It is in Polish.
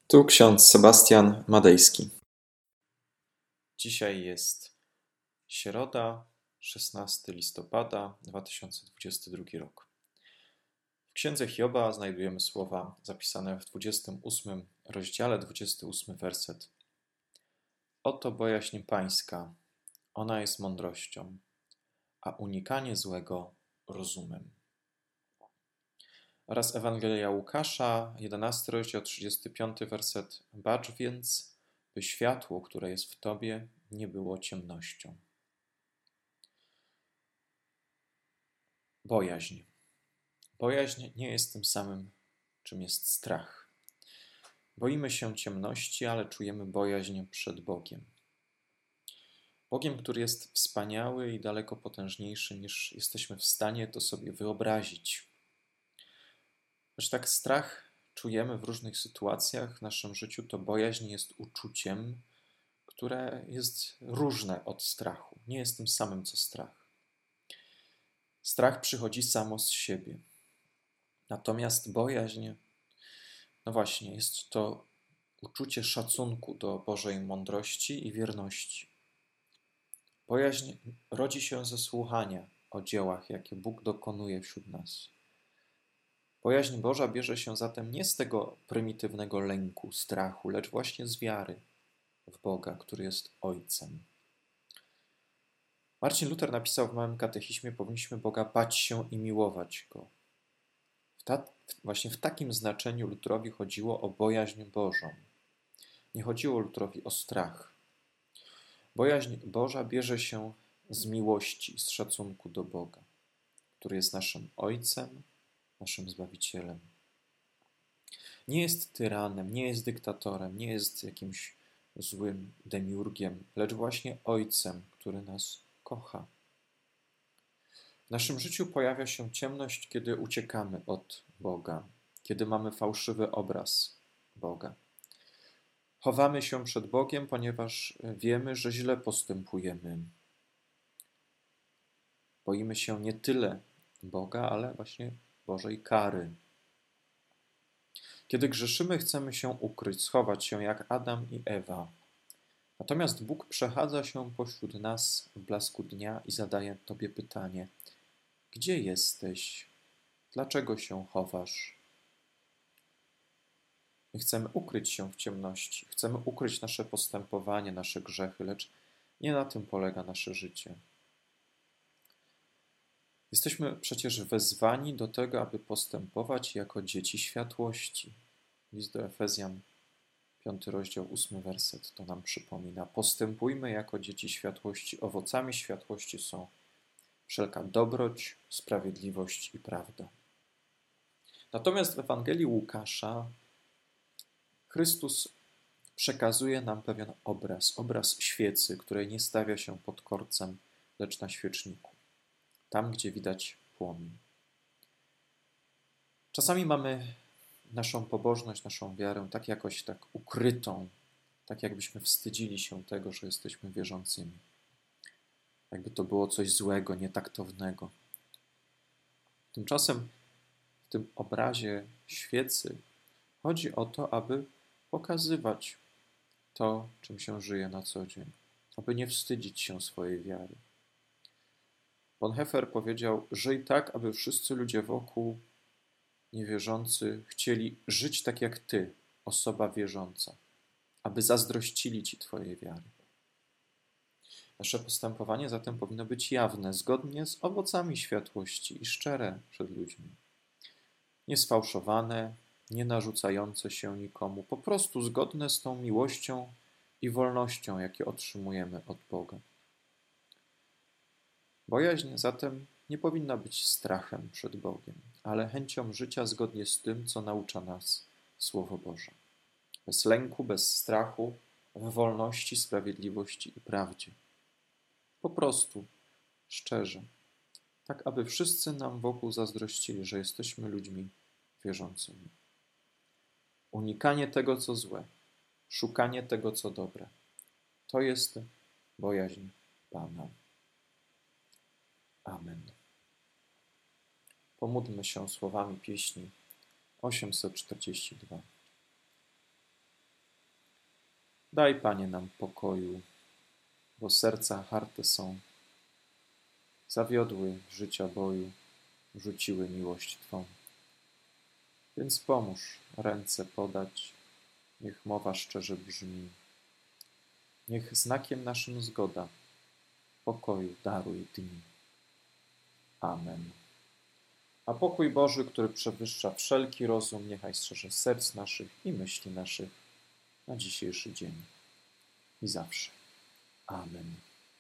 Tu ksiądz Sebastian Madejski. Dzisiaj jest środa, 16 listopada 2022 rok. W Księdze Hioba znajdujemy słowa zapisane w 28 rozdziale, 28 werset. Oto bojaźń pańska, ona jest mądrością, a unikanie złego rozumem. Oraz Ewangelia Łukasza, 11 rozdział, 35 werset. Bacz więc, by światło, które jest w tobie, nie było ciemnością. Bojaźń. Bojaźń nie jest tym samym, czym jest strach. Boimy się ciemności, ale czujemy bojaźń przed Bogiem. Bogiem, który jest wspaniały i daleko potężniejszy, niż jesteśmy w stanie to sobie wyobrazić. Lecz tak strach czujemy w różnych sytuacjach w naszym życiu, to bojaźń jest uczuciem, które jest różne od strachu. Nie jest tym samym, co strach. Strach przychodzi samo z siebie. Natomiast bojaźń, no właśnie, jest to uczucie szacunku do Bożej mądrości i wierności. Bojaźń rodzi się ze słuchania o dziełach, jakie Bóg dokonuje wśród nas. Bojaźń Boża bierze się zatem nie z tego prymitywnego lęku, strachu, lecz właśnie z wiary w Boga, który jest Ojcem. Marcin Luther napisał w Małym Katechizmie: powinniśmy Boga bać się i miłować Go. Właśnie w takim znaczeniu Lutherowi chodziło o bojaźń Bożą. Nie chodziło Lutherowi o strach. Bojaźń Boża bierze się z miłości, z szacunku do Boga, który jest naszym Ojcem, naszym Zbawicielem. Nie jest tyranem, nie jest dyktatorem, nie jest jakimś złym demiurgiem, lecz właśnie Ojcem, który nas kocha. W naszym życiu pojawia się ciemność, kiedy uciekamy od Boga, kiedy mamy fałszywy obraz Boga. Chowamy się przed Bogiem, ponieważ wiemy, że źle postępujemy. Boimy się nie tyle Boga, ale właśnie Bożej kary. Kiedy grzeszymy, chcemy się ukryć, schować się jak Adam i Ewa. Natomiast Bóg przechadza się pośród nas w blasku dnia i zadaje Tobie pytanie: gdzie jesteś? Dlaczego się chowasz? My chcemy ukryć się w ciemności, chcemy ukryć nasze postępowanie, nasze grzechy, lecz nie na tym polega nasze życie. Jesteśmy przecież wezwani do tego, aby postępować jako dzieci światłości. List do Efezjan, 5 rozdział, 8 werset to nam przypomina. Postępujmy jako dzieci światłości. Owocami światłości są wszelka dobroć, sprawiedliwość i prawda. Natomiast w Ewangelii Łukasza Chrystus przekazuje nam pewien obraz świecy, której nie stawia się pod korcem, lecz na świeczniku, tam gdzie widać płomień. Czasami mamy naszą pobożność, naszą wiarę tak jakoś tak ukrytą, tak jakbyśmy wstydzili się tego, że jesteśmy wierzącymi. Jakby to było coś złego, nietaktownego. Tymczasem w tym obrazie świecy chodzi o to, aby pokazywać to, czym się żyje na co dzień, aby nie wstydzić się swojej wiary. Bonhoeffer powiedział: żyj tak, aby wszyscy ludzie wokół, niewierzący, chcieli żyć tak jak ty, osoba wierząca, aby zazdrościli ci twojej wiary. Nasze postępowanie zatem powinno być jawne, zgodnie z owocami światłości i szczere przed ludźmi. Niesfałszowane, nie narzucające się nikomu, po prostu zgodne z tą miłością i wolnością, jakie otrzymujemy od Boga. Bojaźń zatem nie powinna być strachem przed Bogiem, ale chęcią życia zgodnie z tym, co naucza nas Słowo Boże. Bez lęku, bez strachu, w wolności, sprawiedliwości i prawdzie. Po prostu, szczerze, tak aby wszyscy nam wokół zazdrościli, że jesteśmy ludźmi wierzącymi. Unikanie tego, co złe, szukanie tego, co dobre, to jest bojaźń Pana. Amen. Pomódlmy się słowami pieśni 842. Daj, Panie, nam pokoju, bo serca harte są. Zawiodły życia boju, rzuciły miłość Twą. Więc pomóż ręce podać, niech mowa szczerze brzmi. Niech znakiem naszym zgoda, pokoju daruj dni. Amen. A pokój Boży, który przewyższa wszelki rozum, niechaj strzeże serc naszych i myśli naszych na dzisiejszy dzień i zawsze. Amen.